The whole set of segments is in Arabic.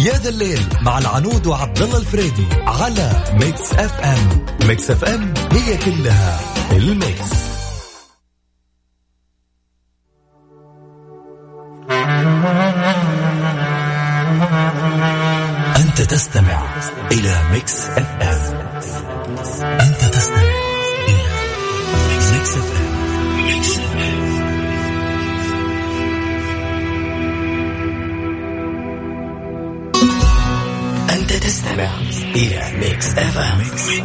يا ذا الليل مع العنود وعبد الله الفريدي على ميكس اف ام. ميكس اف ام هي كلها الميكس. أنت تستمع إلى ميكس اف ام. أنت تستمع إلى ميكس اف ام. أنت تستمع إلى ميكس اف ام.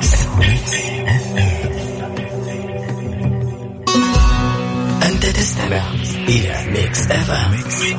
أنت تستمع إلى ميكس اف ام.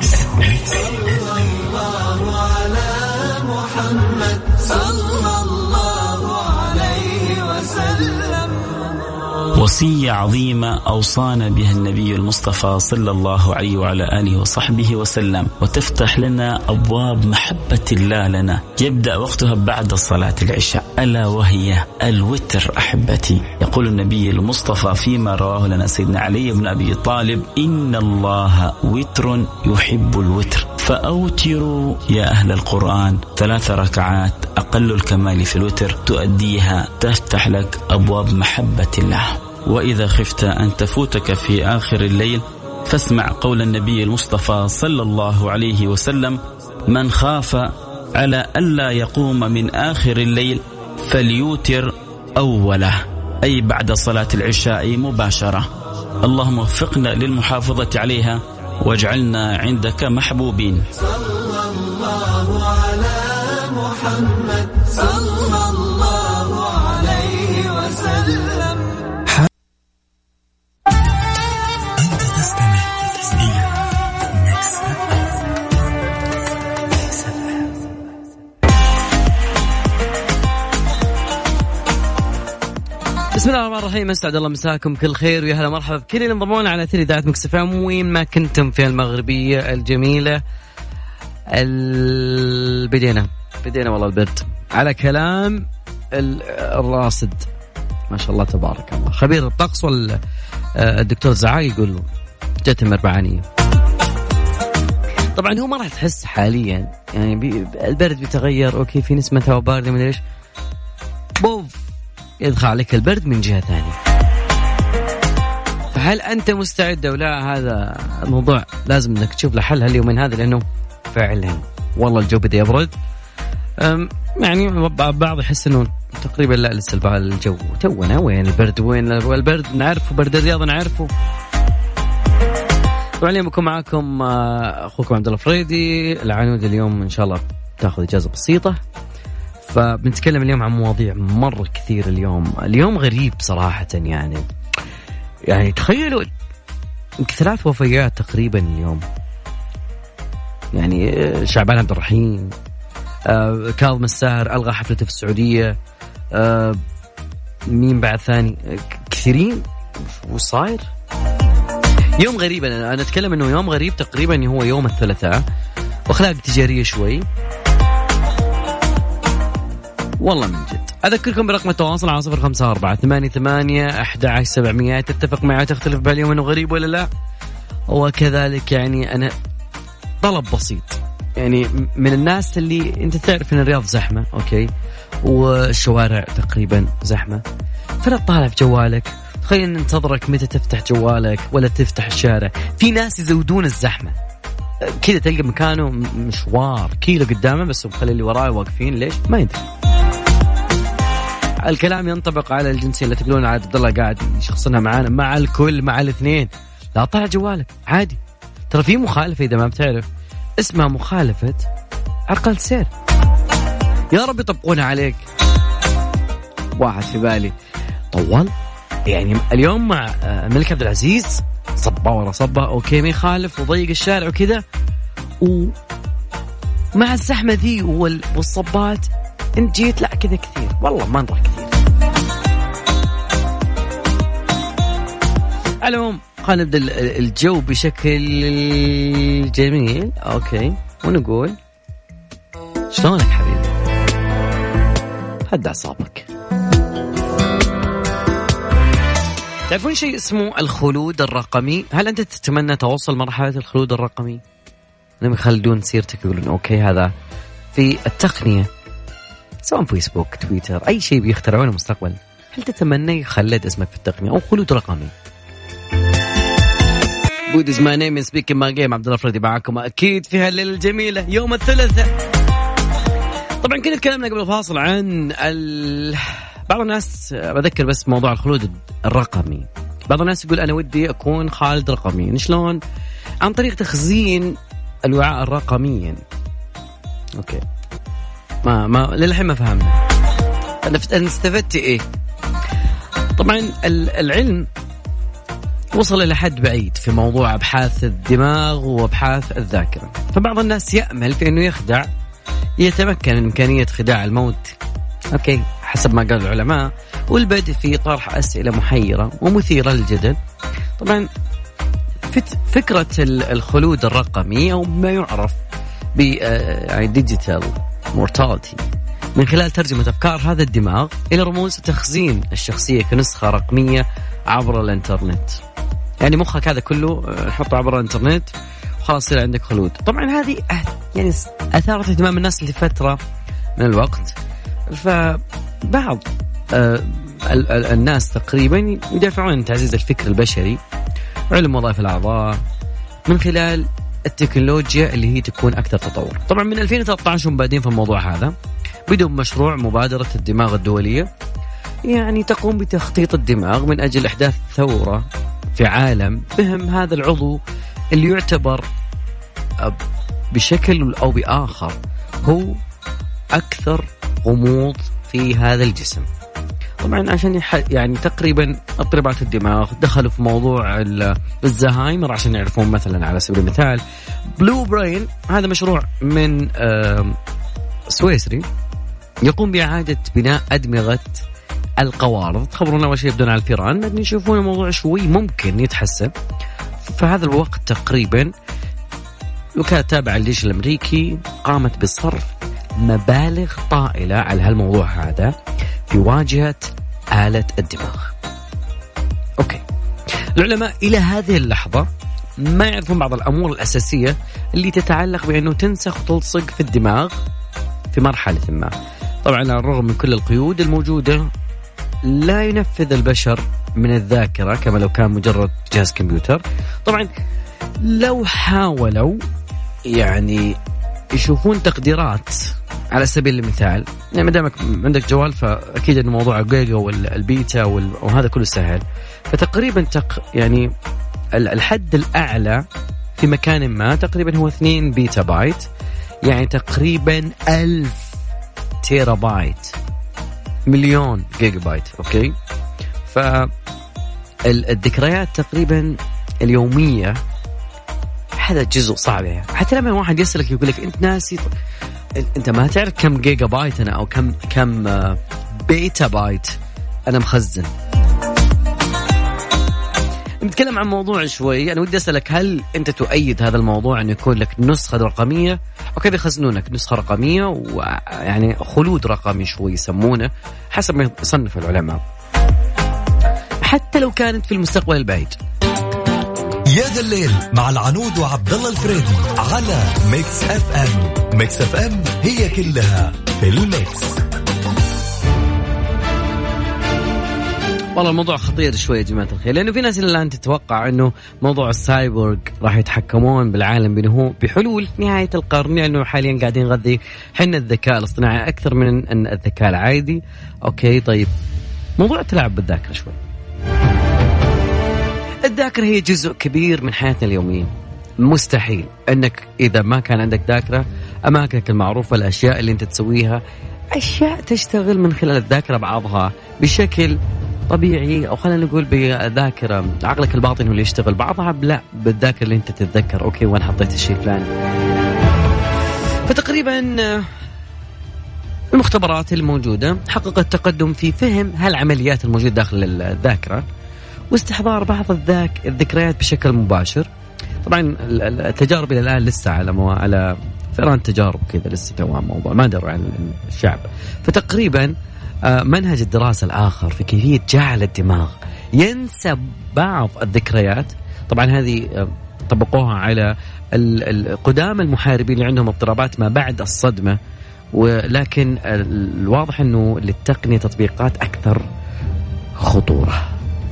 محمد صلى الله عليه وسلم. وصية عظيمة أوصانا بها النبي المصطفى صلى الله عليه وعلى آله وصحبه وسلم، وتفتح لنا أبواب محبة الله لنا. يبدأ وقتها بعد صلاة العشاء، ألا وهي الوتر. أحبتي، يقول النبي المصطفى فيما رواه لنا سيدنا علي بن أبي طالب: إن الله وتر يحب الوتر، فأوتروا يا أهل القرآن 3 ركعات أقل الكمال في الوتر تؤديها تفتح لك أبواب محبة الله. وإذا خفت أن تفوتك في آخر الليل فاسمع قول النبي المصطفى صلى الله عليه وسلم: من خاف على ألا يقوم من آخر الليل فليوتر أوله، أي بعد صلاة العشاء مباشرة. اللهم وفقنا للمحافظة عليها واجعلنا عندك محبوبين. صلى الله على محمد صلى الله عليه وسلم. أنت تستمع إلى ميكس اف ام. بسم الله الرحمن الرحيم. اسعد الله مساكم كل خير ويا هلا مرحبا بكل اللي انضمونا على اثير اذاعه ميكس اف ام وين ما كنتم في المغربيه الجميله. بدينا والله البرد على كلام الراصد ما شاء الله تبارك الله خبير الطقس والدكتور زعاق يقول له جتهم أربعانية. طبعا هو ما راح تحس حاليا يعني البرد بيتغير، اوكي في نسمة هواء بارد ما ادري ايش، بوف يدخل عليك البرد من جهة ثانية. فهل أنت مستعد أو لا؟ هذا الموضوع لازم انك تشوف له حل هاليومين هذا، لأنه فعلا والله الجو بدأ يبرد. يعني بعض يحس انه تقريبا لا لسه الجو تونا وين البرد، وين البرد نعرفه، برد الرياض نعرفه. طبعا اليوم بكون معاكم اخوكم عبد الله الفريدي. العنود اليوم ان شاء الله تاخذ اجازه بسيطه، فبنتكلم اليوم عن مواضيع مرة كثير. اليوم غريب صراحة، يعني تخيلوا 3 وفيات تقريبا اليوم. يعني شعبان عبد الرحيم، كاظم الساهر ألغى حفلته في السعودية، مين بعد ثاني كثيرين. وش صاير؟ يوم غريب. أنا أتكلم إنه يوم غريب تقريبا هو يوم الثلاثاء، وأخلاق تجارية شوي والله من جد. أذكركم برقم التواصل على 0548811700. تتفق معي تختلف بهاليوم إنه غريب ولا لا؟ وكذلك يعني أنا طلب بسيط، يعني من الناس اللي أنت تعرف إن الرياض زحمة أوكي، والشوارع تقريبا زحمة، فلا تطالع في جوالك. تخيل ننتظرك متى تفتح جوالك ولا تفتح الشارع. في ناس يزودون الزحمة كذا، تلقى مكانه مشوار كيلو قدامه بس مخلي اللي وراه واقفين. ليش؟ ما يدري. الكلام ينطبق على الجنسين اللي تقولون عبد الله قاعد يشخصنها معانا، مع الكل، مع الاثنين. لا طلع جوالك عادي. ترى في مخالفة إذا ما بتعرف اسمها مخالفة عرقلة سير. يا رب يطبقونها عليك. واحد في بالي طول يعني اليوم مع الملك عبد العزيز، صبة ورا صبة اوكي ما يخالف، وضيق الشارع وكذا، ومع الزحمة ذي والصبات انت جيت لا كذا كثير، والله ما نروح كثير. على العموم خلينا نبدأ الجو بشكل جميل اوكي، ونقول شلونك حبيبي؟ هدى أعصابك. تعرفون شيء اسمه الخلود الرقمي؟ هل أنت تتمنى توصل مرحلة الخلود الرقمي؟ لما يخلدون سيرتك يقولون أوكي هذا في التقنية سواء فيسبوك تويتر أي شيء بيخترعونه المستقبل، هل تتمنى يخلد اسمك في التقنية أو خلود رقمي؟ بود is my name is speaking my game. عبد الله الفريدي معاكم أكيد في هالليلة الجميلة يوم الثلاثاء. طبعا كنا تكلمنا قبل الفاصل عن بعض الناس، بذكر بس موضوع الخلود الرقمي. بعض الناس يقول أنا ودي أكون خالد رقميا. شلون؟ عن طريق تخزين الوعاء الرقميا. أوكي، ما للحين ما فهمنا أنا استفدت إيه. طبعا العلم وصل إلى حد بعيد في موضوع أبحاث الدماغ وأبحاث الذاكرة، فبعض الناس يأمل في أنه يتمكن من إمكانية خداع الموت، أوكي، حسب ما قال العلماء، والبدء في طرح أسئلة محيرة ومثيرة للجدل. طبعا فكرة الخلود الرقمي أو ما يعرف بالديجيتال مورتاليتي من خلال ترجمة أفكار هذا الدماغ إلى رموز تخزين الشخصية كنسخة رقمية عبر الإنترنت. يعني مخك هذا كله نحطه عبر الإنترنت وخلاص يصير عندك خلود. طبعا هذه يعني أثارت اهتمام الناس لفترة من الوقت، فبعض الناس تقريبا يدافعون عن تعزيز الفكر البشري وعلم وظائف الأعضاء من خلال التكنولوجيا اللي هي تكون أكثر تطور. طبعا من 2013 بعدين في الموضوع هذا بدأوا مشروع مبادرة الدماغ الدولية، يعني تقوم بتخطيط الدماغ من أجل إحداث ثورة في عالم فهم هذا العضو اللي يعتبر بشكل أو بآخر هو أكثر غموض في هذا الجسم. طبعا عشان يعني تقريبا اضطرابات الدماغ دخلوا في موضوع الزهايمر عشان يعرفون مثلا على سبيل المثال بلو برين. هذا مشروع من سويسري يقوم بإعادة بناء أدمغة القوارض. خبرونا أول شيء يبدون على الفيران، بعدين يشوفون الموضوع شوي ممكن يتحسن. فهذا الوقت تقريبا وكالة تابعة للجيش الأمريكي قامت بصرف مبالغ طائلة على هالموضوع هذا في واجهة آلة الدماغ. أوكي، العلماء إلى هذه اللحظة ما يعرفون بعض الأمور الأساسية اللي تتعلق بأنه تنسخ وتلصق في الدماغ في مرحلة ما. طبعا على الرغم من كل القيود الموجودة لا ينفذ البشر من الذاكرة كما لو كان مجرد جهاز كمبيوتر. طبعا لو حاولوا يعني يشوفون تقديرات على سبيل المثال، يعني ما دامك عندك جوال فأكيد إنه موضوع الجيجا والبيتا وهذا كله سهل. فتقريبا يعني الحد الأعلى في مكان ما تقريبا هو 2 بيتا بايت، يعني تقريبا 1000 تيرا بايت، مليون جيجا بايت. أوكي، فالذكريات تقريبا اليومية هذا جزء صعب. يعني حتى لما واحد يسألك يقول لك أنت ناسي، أنت ما تعرف كم جيجا بايت أنا أو كم بيتا بايت أنا مخزن. نتكلم عن موضوع شوي، أنا ودي أسألك هل أنت تؤيد هذا الموضوع أن يكون لك نسخة رقمية أو كيف يخزنونك نسخة رقمية ويعني خلود رقمي شوي يسمونه حسب ما يصنف العلماء حتى لو كانت في المستقبل البعيد؟ يا ذا الليل مع العنود وعبد الله الفريدي على ميكس اف ام. ميكس اف ام هي كلها في الميكس. والله الموضوع خطير شوي يا جماعة الخير، لأنه في ناس الآن تتوقع أنه موضوع السايبورغ راح يتحكمون بالعالم بحلول نهاية القرن، لأنه حاليا قاعدين نغذي حنا الذكاء الاصطناعي أكثر من أن الذكاء العادي. أوكي طيب، موضوع تلعب بالذاكرة شوي. الذاكرة هي جزء كبير من حياتنا اليومية. مستحيل أنك إذا ما كان عندك ذاكرة أماكنك المعروفة، الأشياء اللي أنت تسويها، أشياء تشتغل من خلال الذاكرة بعضها بشكل طبيعي، أو خلينا نقول بذاكرة عقلك الباطن هو اللي يشتغل، بعضها لا بالذاكرة اللي أنت تتذكر أوكي وين حطيت الشيء الفلاني. فتقريبا المختبرات الموجودة حققت تقدم في فهم هالعمليات الموجودة داخل الذاكرة واستحضار بعض الذكريات بشكل مباشر. طبعا التجارب إلى الآن لسه على فئران تجارب كذا، لسه توام موضوع ما دروا عن الشعب. فتقريبا منهج الدراسة الآخر في كيفية جعل الدماغ ينسى بعض الذكريات. طبعا هذه طبقوها على القدامى المحاربين اللي عندهم اضطرابات ما بعد الصدمة، ولكن الواضح أنه للتقنية تطبيقات أكثر خطورة.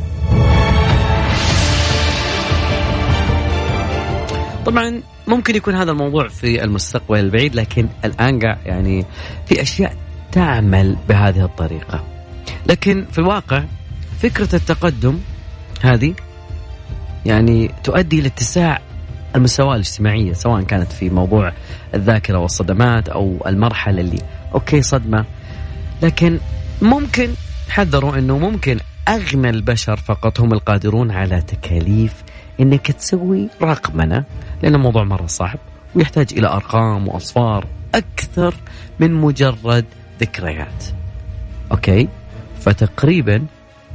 طبعا ممكن يكون هذا الموضوع في المستقبل البعيد، لكن الآن يعني في أشياء تعمل بهذه الطريقة. لكن في الواقع فكرة التقدم هذه يعني تؤدي لاتساع المساواة الاجتماعية، سواء كانت في موضوع الذاكرة والصدمات أو المرحلة اللي أوكي صدمة، لكن ممكن حذروا أنه ممكن أغنى البشر فقط هم القادرون على تكاليف أنك تسوي رقمنة، لأن الموضوع مرة صعب ويحتاج إلى أرقام وأصفار أكثر من مجرد ذكريات. أوكي، فتقريبا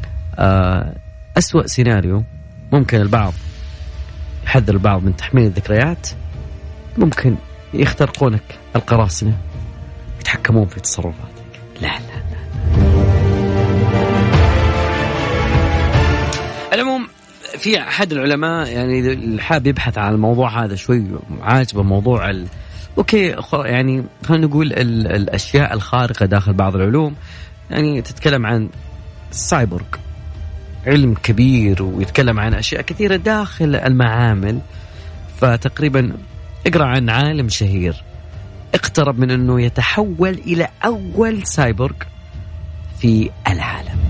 أسوأ سيناريو ممكن البعض يحذر البعض من تحميل الذكريات، ممكن يخترقونك القراصنة يتحكمون في تصرفاتك. لا لا لا. العموم في أحد العلماء يعني الحاب يبحث عن الموضوع هذا شوي، عاجبه موضوع أوكي يعني خلينا نقول الأشياء الخارقة داخل بعض العلوم، يعني تتكلم عن السايبورغ، علم كبير ويتكلم عن أشياء كثيرة داخل المعامل. فتقريبا اقرأ عن عالم شهير اقترب من أنه يتحول إلى أول سايبورغ في العالم.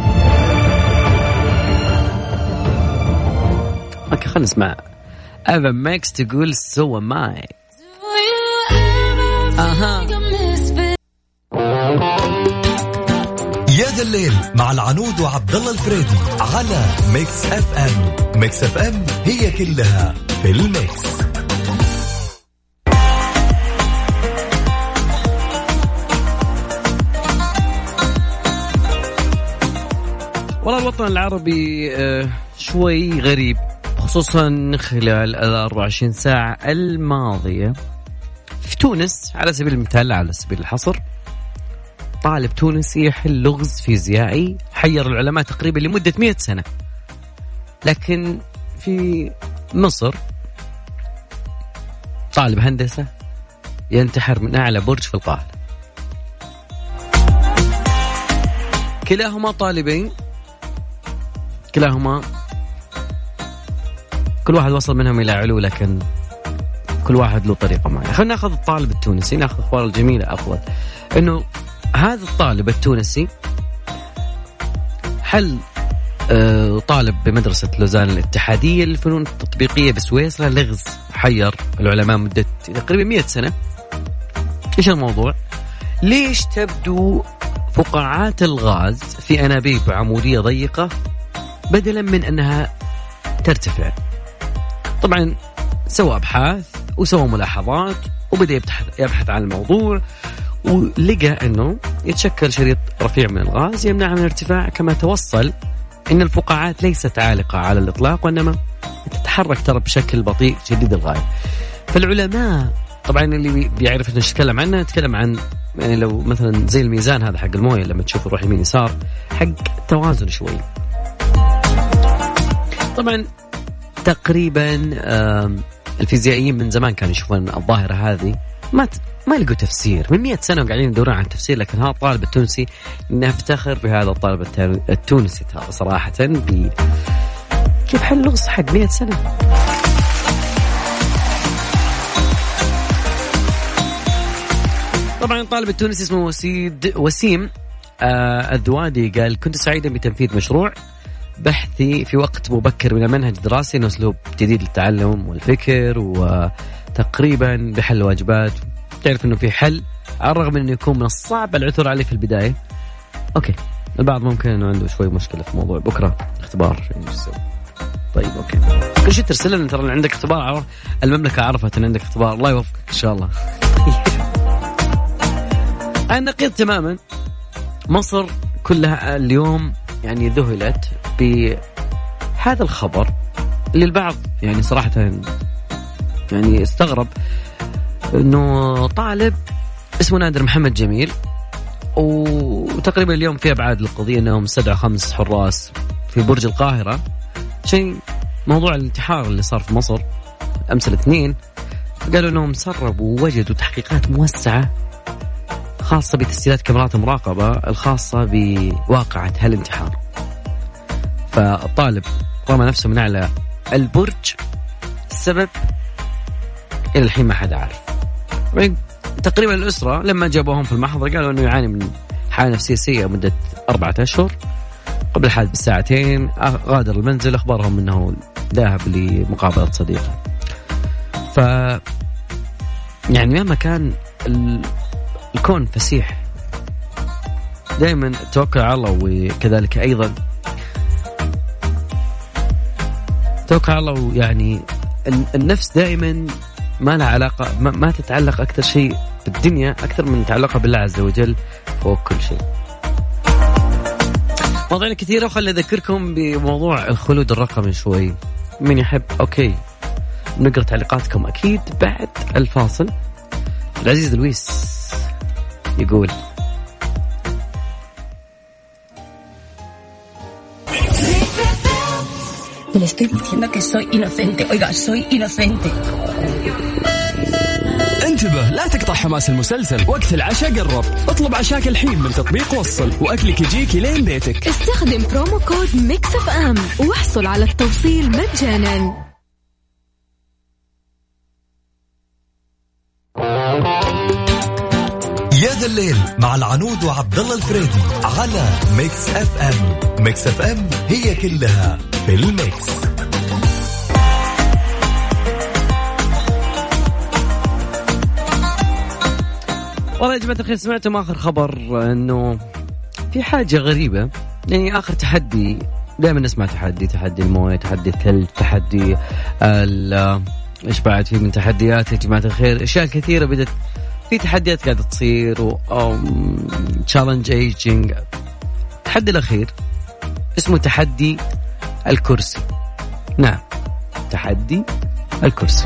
اوكي خلينا نسمع ايفا ماكس تقول سو ماي. يا ذا الليل مع العنود وعبد الله الفريدي على ميكس اف ام. ميكس اف ام هي كلها في الميكس. والله الوطن العربي شوي غريب، خصوصا خلال 24 ساعة الماضية. في تونس على سبيل المثال، على سبيل الحصر، طالب تونسي يحل لغز فيزيائي حير العلماء تقريبا لمدة 100 سنة. لكن في مصر طالب هندسة ينتحر من أعلى برج في القاهرة. كلاهما طالبين، كلاهما كل واحد وصل منهم إلى علو، لكن كل واحد له طريقة معينة. خلينا ناخذ الطالب التونسي، ناخذ أخبار الجميلة أفضل. إنه هذا الطالب التونسي حل طالب بمدرسة لوزان الاتحادية للفنون التطبيقية بسويسرا لغز حير العلماء مدة تقريبا 100 سنة. إيش الموضوع؟ ليش تبدو فقاعات الغاز في أنابيب عمودية ضيقة بدلا من أنها ترتفع؟ طبعا سوى أبحاث وسوى ملاحظات وبدأ يبحث عن الموضوع، ولقى أنه يتشكل شريط رفيع من الغاز يمنع من الارتفاع، كما توصل أن الفقاعات ليست عالقة على الإطلاق، وإنما تتحرك ترى بشكل بطيء شديد الغاية. فالعلماء طبعا اللي بيعرف أنه نتكلم عنه، نتكلم عن يعني لو مثلا زي الميزان هذا حق المويه لما تشوف يروح يمين يسار، حق توازن شوي. طبعا تقريبا الفيزيائيين من زمان كانوا يشوفون الظاهرة هذه ما لقوا تفسير، من 100 سنة وقاعدين يدورون عن التفسير. لكن هذا الطالب التونسي نفتخر بهذا الطالب التونسي صراحة كيف حل لغز حق 100 سنة. طبعا الطالب التونسي اسمه وسيم الذوادي قال: كنت سعيدا بتنفيذ مشروع بحثي في وقت مبكر من المنهج الدراسي، انه اسلوب جديد للتعلم والفكر، وتقريبا بحل واجبات. تعرف انه في حل على الرغم انه يكون من الصعب العثور عليه في البدايه. اوكي، البعض ممكن انه عنده شوي مشكله في موضوع بكره اختبار نسوي. طيب اوكي، كل شيء ترسل لنا ترى عندك اختبار، المملكه عرفت ان عندك اختبار، الله يوفقك ان شاء الله. النقيض تماما، مصر كلها اليوم يعني ذهلت بهذا الخبر اللي البعض يعني صراحة يعني استغرب، انه طالب اسمه نادر محمد جميل، وتقريبا اليوم في ابعاد القضية انهم استدعوا 5 حراس في برج القاهرة شيء موضوع الانتحار اللي صار في مصر امس الاثنين. قالوا انهم سربوا ووجدوا تحقيقات موسعة خاصة بتسجيلات كاميرات المراقبة الخاصة بواقعة هالانتحار. فالطالب رمى نفسه من على البرج، السبب إلى الحين ما حد عارف. تقريبا الأسرة لما جابوهم في المحضر قالوا أنه يعاني من حالة نفسية سيئة مدة 4 أشهر. قبل الحادث بساعتين غادر المنزل، أخبرهم أنه ذاهب لمقابلة صديقه. ف يعني مهما كان الكون فسيح، دائما التوكل على الله، وكذلك أيضا توكل على الله. يعني النفس دائما ما لها علاقة، ما تتعلق أكثر شيء بالدنيا أكثر من تعلقها بالله عز وجل فوق كل شيء. مواضيع كثيرة، وخلي أذكركم بموضوع الخلود الرقمي شوي. من يحب أوكي نقرأ تعليقاتكم أكيد بعد الفاصل. العزيز لويس يقول Le estoy diciendo que soy inocente. Oiga, soy inocente. انتبه، لا تقطع حماس المسلسل. وقت العشاء قرب. اطلب عشاك الحين من تطبيق وصل، وأكلك يجيك لين بيتك. استخدم برومو كود ميكس اف ام واحصل على التوصيل مجانا. يا ذا الليل مع العنود وعبد الله الفريدي على ميكس اف ام. ميكس اف ام هي كلها في الميكس. والله يا جماعة الخير، سمعتم آخر خبر أنه في حاجة غريبة. يعني آخر تحدي دائما نسمع تحدي المويه، تحدي الثلج، تحدي إيش بعد في من تحديات يا جماعة الخير. أشياء كثيرة بدت في تحديات قاعدة تصير، تشالنج ايجينج. التحدي الأخير اسمه تحدي الكرسي. نعم، تحدي الكرسي.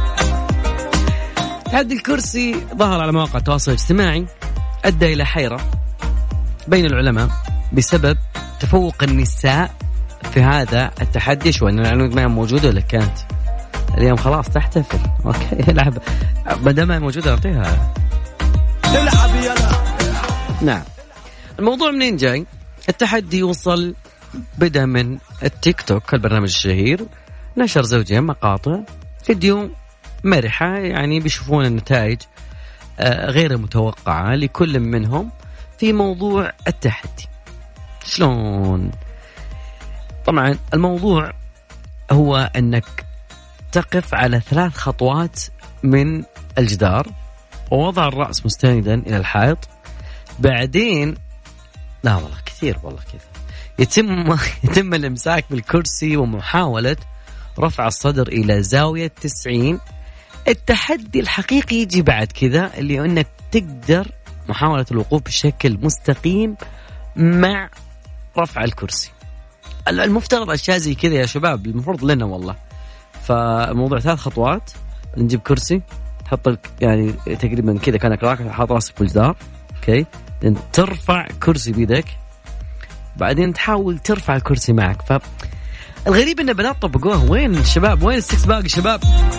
تحدي الكرسي ظهر على مواقع التواصل الاجتماعي، أدى إلى حيرة بين العلماء بسبب تفوق النساء في هذا التحدي. شو أن العنود ما موجودة ولا كانت اليوم خلاص تحتفل؟ أوكي العب بدل ما موجودة أعطيها العب يلا. نعم، الموضوع منين جاي؟ التحدي وصل بدأ من التيك توك، البرنامج الشهير. نشر زوجين مقاطع فيديو مرحة، يعني بيشوفون النتائج غير متوقعة لكل منهم في موضوع التحدي. شلون؟ طبعا الموضوع هو أنك تقف على 3 خطوات من الجدار ووضع الرأس مستندا إلى الحائط. بعدين لا والله كثير، والله كذا يتم الامساك بالكرسي ومحاولة رفع الصدر إلى زاوية 90. التحدي الحقيقي يجي بعد كذا، اللي أنك تقدر محاولة الوقوف بشكل مستقيم مع رفع الكرسي. المفترض أشياء زي كذا يا شباب، المفروض لنا والله. فالموضوع 3 خطوات. نجيب كرسي، تحط يعني تقريبا كذا كأنك راكع، حاط راسك بالجدار، اوكي، ترفع كرسي بيدك، بعدين تحاول ترفع الكرسي معك. فالغريب ان بنات طبقوها. وين الشباب؟ وين السكس باق الشباب؟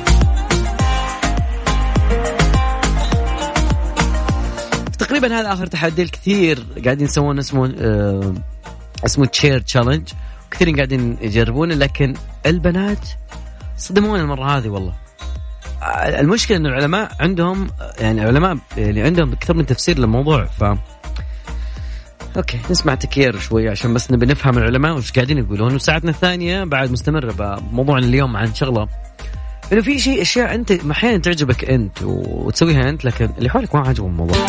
تقريبا هذا آخر تحدي. الكثير قاعدين يسوون اسمه تشير تشالنج، كثيرين قاعدين يجربونه، لكن البنات صدمون المرة هذه والله. المشكلة إنه العلماء عندهم عندهم أكثر من تفسير للموضوع. أوكي نسمع تكير شوي عشان بس نبي نفهم العلماء وش قاعدين يقولون. وساعتنا الثانية بعد مستمرة بموضوعنا اليوم عن شغلة إنه في أشياء أنت أحيانا تعجبك أنت وتسويها أنت، لكن اللي حولك ما عجبهم الموضوع.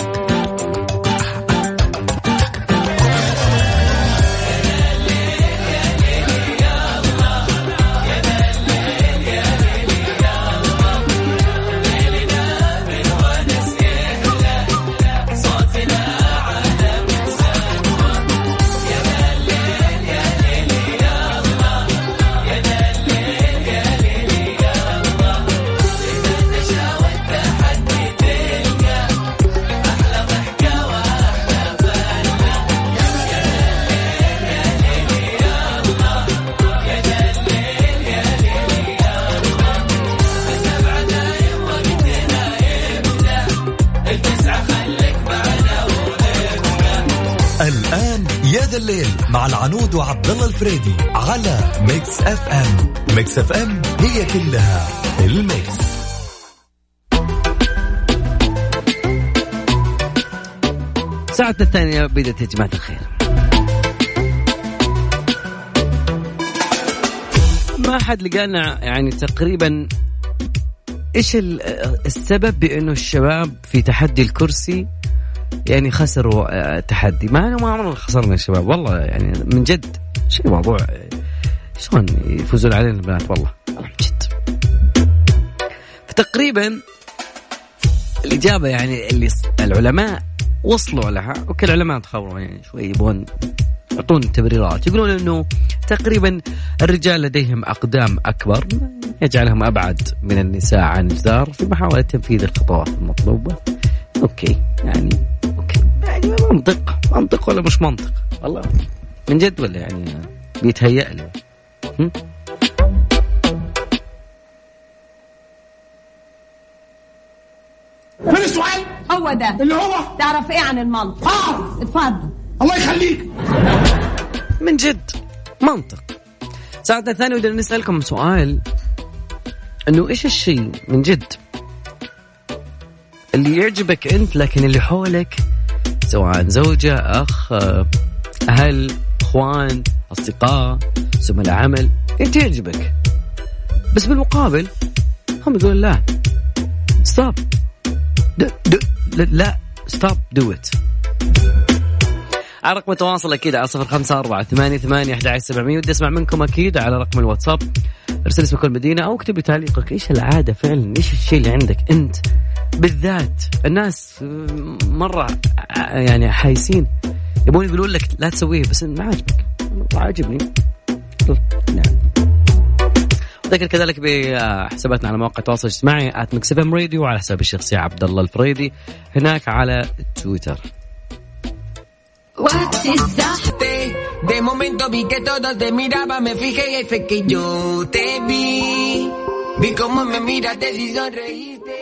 ذا الليل مع العنود وعبد الله الفريدي على ميكس اف ام. ميكس اف ام هي كلها الميكس. ساعتنا الثانية بدأت يا جماعة الخير. ما حد لقانا يعني تقريبا إيش السبب بأنه الشباب في تحدي الكرسي يعني خسروا تحدي. ما أنا ما عمرنا خسرنا الشباب والله، يعني من جد شيء موضوع شلون يفوزون علينا البنات والله من جد. فتقريبا الإجابة يعني اللي العلماء وصلوا لها، وكل العلماء تخوروا يعني شوي يبون يعطون تبريرات، يقولون إنه تقريبا الرجال لديهم أقدام أكبر يجعلهم أبعد من النساء عن الجدار في محاولة تنفيذ الخطوات المطلوبة. أوكي يعني منطق ولا مش منطق والله من جد، ولا يعني بيتهيأ لي. من السؤال هو ده اللي هو تعرف ايه عن المنطق؟ اتفضل. الله يخليك. من جد منطق. ساعتنا الثانية ودنا نسألكم سؤال، انه ايش الشيء من جد اللي يعجبك انت لكن اللي حولك سواء زوجة، اخ، اهل، اخوان، اصدقاء، زملاء عمل، انت يعجبك بس بالمقابل هم يقولون لا ستوب لا ستوب دو ات. على رقم التواصل أكيد على 0548811700. ودي أسمع منكم أكيد على رقم الواتساب. ارسل اسمك المدينة أو اكتب تعليقك. إيش العادة فعلا، إيش الشيء اللي عندك أنت بالذات؟ الناس مرة يعني حايسين يبون يقولون لك لا تسويه بس ما عاجبك. عاجبني نعم. وذكر كذلك بحساباتنا على مواقع التواصل الاجتماعي @mixfmradio وعلى حساب الشخصي عبد الله الفريدي هناك على تويتر. De momento vi que todos te miraban, me fijé y fue que yo te vi cómo me miraste y sonreíste,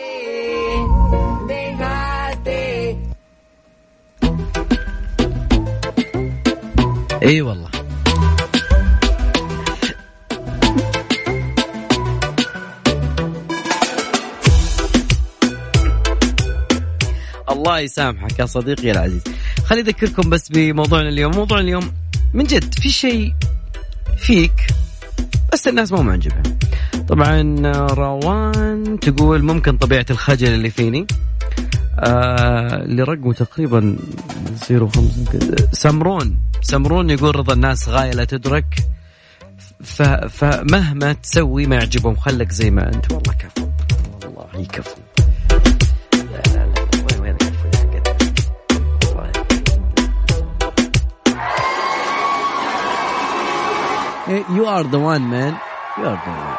dejaste. اي والله الله يسامحك يا صديقي العزيز. خلي أذكركم بس بموضوعنا اليوم. موضوع اليوم من جد في شيء فيك بس الناس ما معجبها. طبعا روان تقول ممكن طبيعة الخجل اللي فيني. اللي رقمه تقريبا 05 سمرون يقول رضا الناس غاية لا تدرك، فمهما تسوي ما يعجبهم، خلك زي ما أنت. والله كفو والله يكفو. You are the one man. You are the one.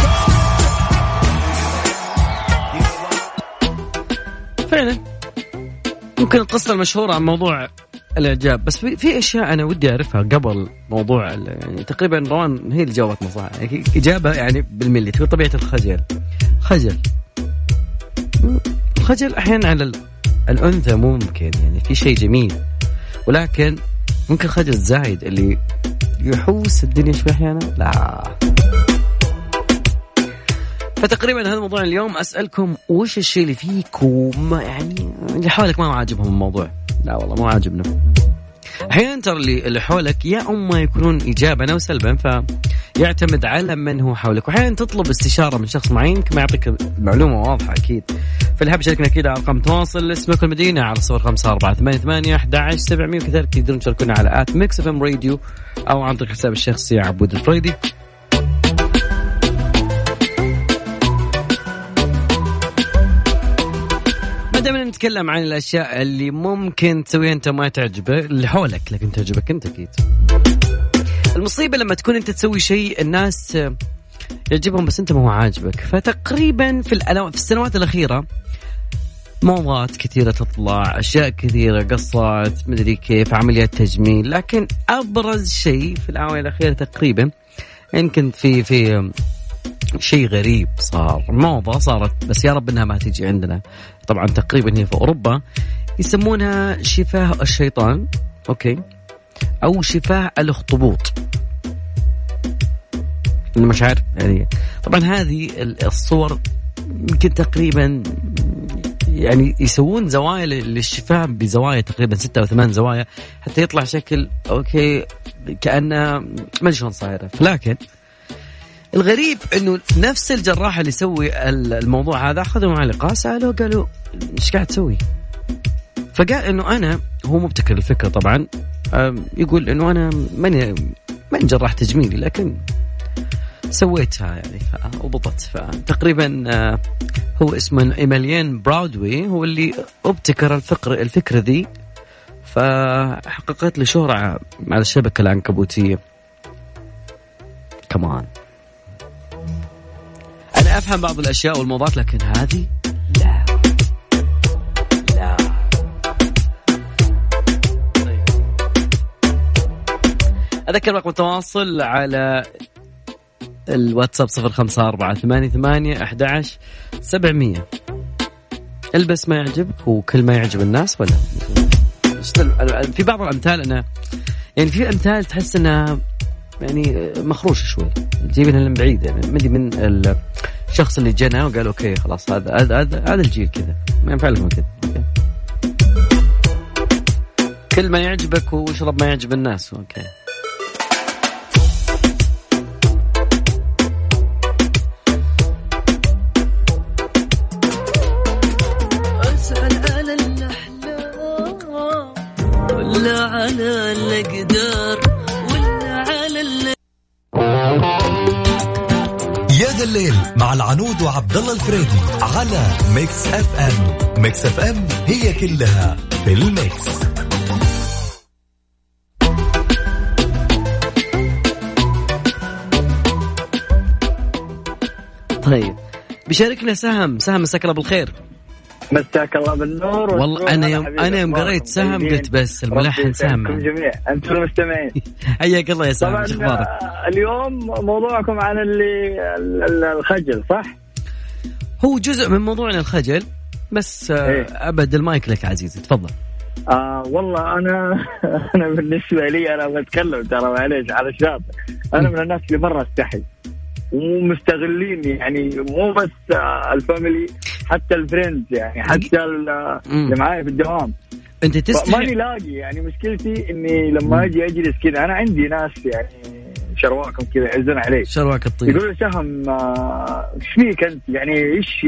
فعلا ممكن القصة المشهورة عن موضوع الإعجاب، بس في أشياء أنا ودي أعرفها قبل موضوع يعني تقريبا روان هي اللي جاوبت مصاحة يعني إجابة يعني بالملي. تقول طبيعة الخجل أحيانا على الأنثى ممكن يعني في شيء جميل، ولكن ممكن خجل زايد اللي يحوس الدنيا شوي أحيانا لا. فتقريبا هذا موضوع اليوم. أسألكم وش الشيء اللي فيكم يعني اللي حولك ما عاجبهم الموضوع؟ لا والله ما عاجبنا. أحيانا ترى اللي حولك يا أما يكونون إيجابا أو سلبا، فيعتمد على من هو حولك. وأحيانا تطلب استشارة من شخص معين كما يعطيك معلومة واضحة أكيد. فاللي حاب يشاركنا أكيد على رقم تواصل اسمك المدينة على 0548811700. وكذلك تقدرون تشاركونا على @mixfmradio أو عن طريق حساب الشخصي عبود الفريدي. ما دام نتكلم عن الأشياء اللي ممكن تسويها أنت ما تعجبه اللي حولك لكن تعجبك أنت أكيد. المصيبة لما تكون أنت تسوي شيء الناس يعجبهم بس أنت ما هو عاجبك. فتقريبا في السنوات الأخيرة موضات كثيرة تطلع، أشياء كثيرة، قصات، مدري كيف، عمليات تجميل. لكن أبرز شيء في الآونة الأخيرة تقريبا يمكن في شيء غريب صار، موضة صارت بس يا رب إنها ما تيجي عندنا. طبعا تقريبا هي في أوروبا يسمونها شفاه الشيطان. أوكي، أو شفاه الأخطبوط. أنا مش عارف يعني. طبعا هذه الصور يمكن تقريبا يعني يسوون زوايا للشفاه بزوايا تقريبا 6 أو 8 زوايا حتى يطلع شكل أوكي كأنه ما شلون صايرة. لكن الغريب إنه نفس الجراح اللي يسوي الموضوع هذا أخذوا معه لقاء سألوه قالوا إيش قاعد تسوي؟ فقال إنه أنا هو مبتكر الفكرة طبعا، يقول إنه أنا ماني جراح تجميلي لكن سويتها يعني وبطت. فتقريبا هو اسمه إيميليان براودوي هو اللي ابتكر الفكرة ذي، فحققت له شهرة على الشبكة العنكبوتية. كمان أنا أفهم بعض الأشياء والموضوعات لكن هذه لا. أذكر رقم التواصل على الواتساب 0548811700. البس ما يعجبك وكل ما يعجب الناس ولا في بعض الأمثال أنا يعني في أمثال تحس أنها يعني مخروش شوي تجيبها من بعيد يعني مدي من الشخص اللي جانا وقال أوكي خلاص هذا الجيل كذا ما ينفع لهم كذا. كل ما يعجبك واشرب ما يعجب الناس. أوكي ولا على الأقدار ولا على يا ذا الليل مع العنود وعبد الله الفريدي على ميكس اف ام. ميكس اف ام هي كلها في الميكس. طيب بيشاركنا سهم مساك الله بالخير. مساك الله بالنور. والله أنا يوم قريت سهم قلت بس الملحن سهم. جميع أنتم المستمعين حياك الله يا سهم. شو أخبارك؟ اليوم موضوعكم عن الخجل صح؟ هو جزء من موضوعنا الخجل بس أبد المايك لك عزيزي تفضل. والله أنا بالنسبة لي أنا بتكلم ترى معليش على الشاطئ. أنا من الناس اللي مرة استحي ومستغلين يعني مو بس الفاميلي حتى الفريندز يعني حتى اللي معايا في الدوام. انت تستحي ماني لاقي يعني مشكلتي اني لما اجي اجلس كذا انا عندي ناس يعني شرواكم كذا يعزون علي شرواك الطيب يقولوا سهم ايش فيك انت يعني ايش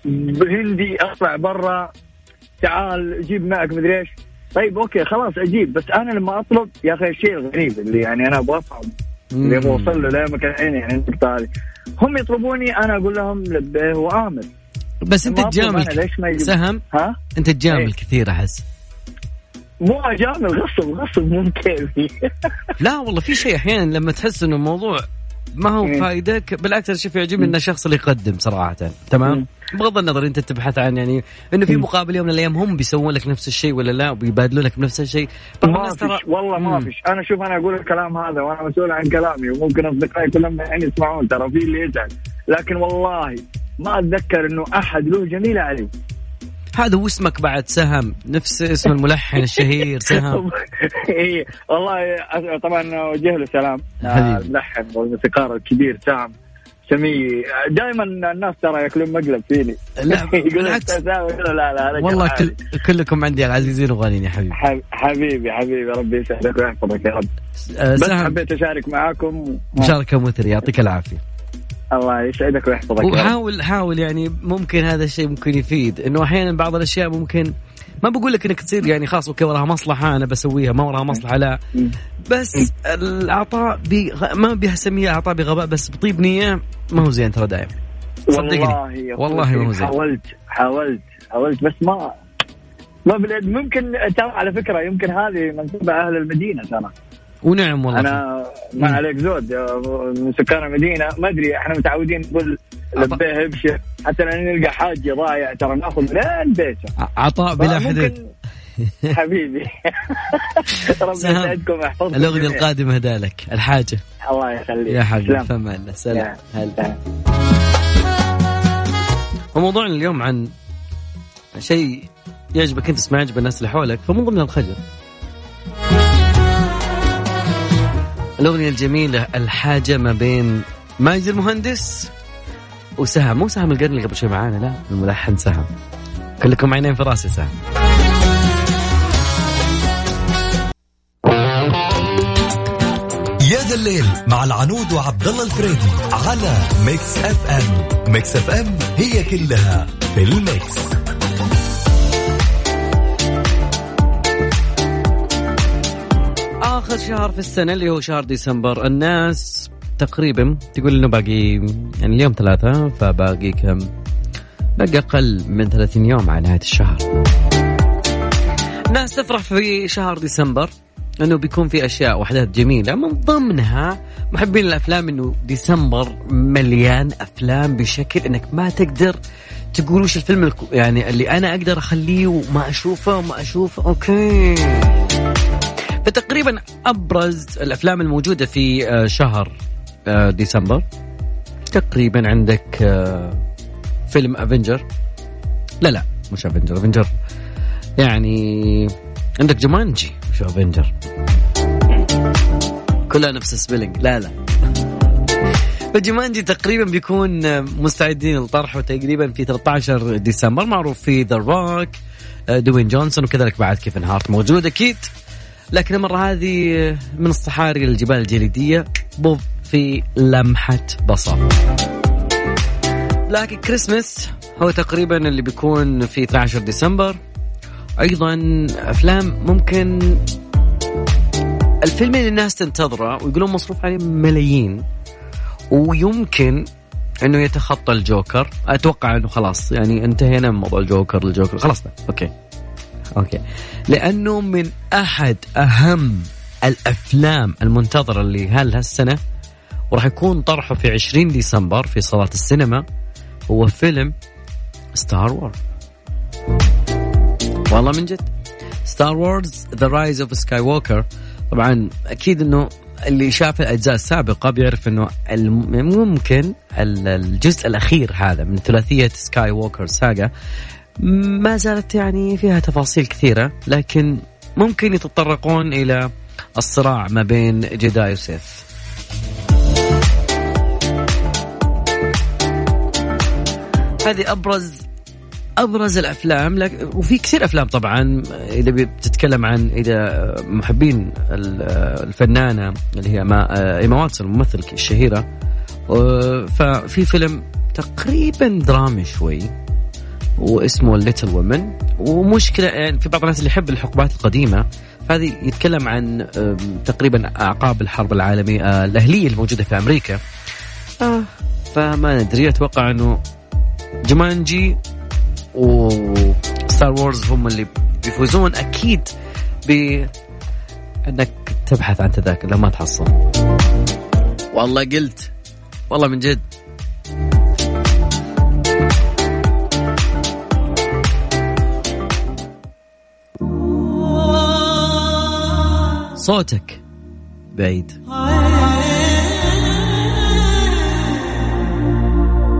هندي اطلع برا تعال جيب معك مدري ايش. طيب اوكي خلاص اجيب بس انا لما اطلب يا اخي الشيء الغريب اللي يعني انا ابغى افهم اللي ابغى اوصل له لا مكان يعني النقطه هذه هم يطلبوني انا اقول لهم لبيه وامر. بس انت تجامل سهم انت تجامل كثير احس. مو اجامل غصب مو كيفي. لا والله في شيء احيانا لما تحس انه الموضوع ما هو فايدك بالعكس شوف يعجبني ان الشخص اللي يقدم صراحه تمام. بغض النظر انت تبحث عن يعني انه في مقابل يوم من الايام هم بيسوون لك نفس الشيء ولا لا وبيبادلوا لك بنفس الشيء. ما فيش والله ما فيش. انا شوف انا اقول الكلام هذا وانا مسؤول عن كلامي وممكن اصدقائي كلهم يعني يسمعون ترى في اللي يزعل لكن والله ما اتذكر انه احد له جميله علي. هذا واسمك بعد سهم نفس اسم الملحن الشهير سهم. اي والله طبعا وجه له سلام الملحن والموسيقار الكبير سام سمي. دائما الناس ترى ياكلون مقلب فيني. لا بالعكس لا والله كلكم عندي العزيزين وغالين يا حبيبي ربي يسعدك ويحفظك يا رب. بس حبيت اشارك معاكم مشاركه مثري يعطيك العافيه. الله يسعدك ويحفظك. وحاول يعني ممكن هذا الشيء ممكن يفيد انه احيانا بعض الاشياء ممكن ما بقول لك انك تصير يعني خلاص اوكي وراها مصلحه انا بسويها ما وراها مصلحه لا بس العطاء ما بيسميه عطاء بغباء بس بطيب نيه ما هو زين ترى دائما صدقني والله ما هو زين. حاولت بس ما باليد. ممكن ترى على فكره يمكن هذه منسوبه اهل المدينه ترى. ونعم والله انا ما عليك زود من سكان المدينه ما ادري احنا متعودين نقول لبيه ابشر حتى لما نلقى حاجه ضايع ترى ناخذ من بيته عطاء بلا حدود. حبيبي ربي يسعدكم ويحفظكم. الاغنيه القادمه هدالك الحاجه. الله يخليك يا حبيبي فما الله سلام. وموضوعنا اليوم عن شيء يعجبك انت ما يعجب الناس اللي حولك فمن ضمن الخجل. الأغنية الجميلة الحاجة ما بين ماجد المهندس وسهم، مو سهم القرن اللي قبل شوي معانا، لا الملحن سهم. كلكم عينين في راسي سهم. يا ذا الليل مع العنود وعبد الله الفريدي على ميكس اف ام. ميكس اف ام هي كلها في الميكس. آخر شهر في السنة اللي هو شهر ديسمبر، الناس تقريبا تقول إنه باقي يعني اليوم 3 فباقي كم؟ باقي أقل من 30 يوم على نهاية الشهر. الناس تفرح في شهر ديسمبر إنه بيكون في أشياء وحدات جميلة، من ضمنها محبين الأفلام إنه ديسمبر مليان أفلام بشكل إنك ما تقدر تقول وش الفيلم يعني اللي أنا أقدر أخليه وما أشوفه وما أشوفه. أوكي، فتقريبا أبرز الأفلام الموجودة في شهر ديسمبر تقريبا عندك فيلم أفنجر، لا مش أفنجر يعني عندك جومانجي، مش أفنجر كلها نفس السبيلنج، لا فجومانجي تقريبا بيكون مستعدين لطرحه تقريبا في 13 ديسمبر. معروف في ذا روك، دوين جونسون، وكذلك بعد كيفن هارت موجود أكيد، لكن المرة هذه من الصحاري للجبال الجليدية بوب في لمحة بصر. لكن كريسمس هو تقريبا اللي بيكون في 12 ديسمبر. أيضا أفلام ممكن الفيلم اللي الناس تنتظره ويقولون مصروف عليه ملايين ويمكن أنه يتخطى الجوكر. أتوقع أنه خلاص يعني انتهينا من موضوع الجوكر خلاص أوكي، لأنه من أحد أهم الأفلام المنتظرة اللي هالسنة وراح يكون طرحه في 20 ديسمبر في صالات السينما، هو فيلم ستار وورز. والله من جد ستار وورز The Rise of Skywalker. طبعا أكيد أنه اللي شاف الأجزاء السابقة بيعرف أنه ممكن الجزء الأخير هذا من ثلاثية سكاي ووكر ساغا ما زالت يعني فيها تفاصيل كثيرة، لكن ممكن يتطرقون إلى الصراع ما بين جداي وسيث. هذه أبرز الأفلام، وفي كثير أفلام طبعا. إذا بتتكلم عن إذا محبين الفنانة اللي هي إيما واتسون الممثلة الشهيرة، ففي فيلم تقريبا درامي شوي واسمه ليتل وومن. ومشكلة يعني في بعض الناس اللي يحب الحقبات القديمة، فهذه يتكلم عن تقريبا أعقاب الحرب العالمية الأهلية الموجودة في أمريكا. فما ندري، أتوقع أنه جومانجي وستار وورز هم اللي بيفوزون أكيد بأنك تبحث عن تذاكر لما تحصل. والله قلت والله من جد. صوتك بعيد.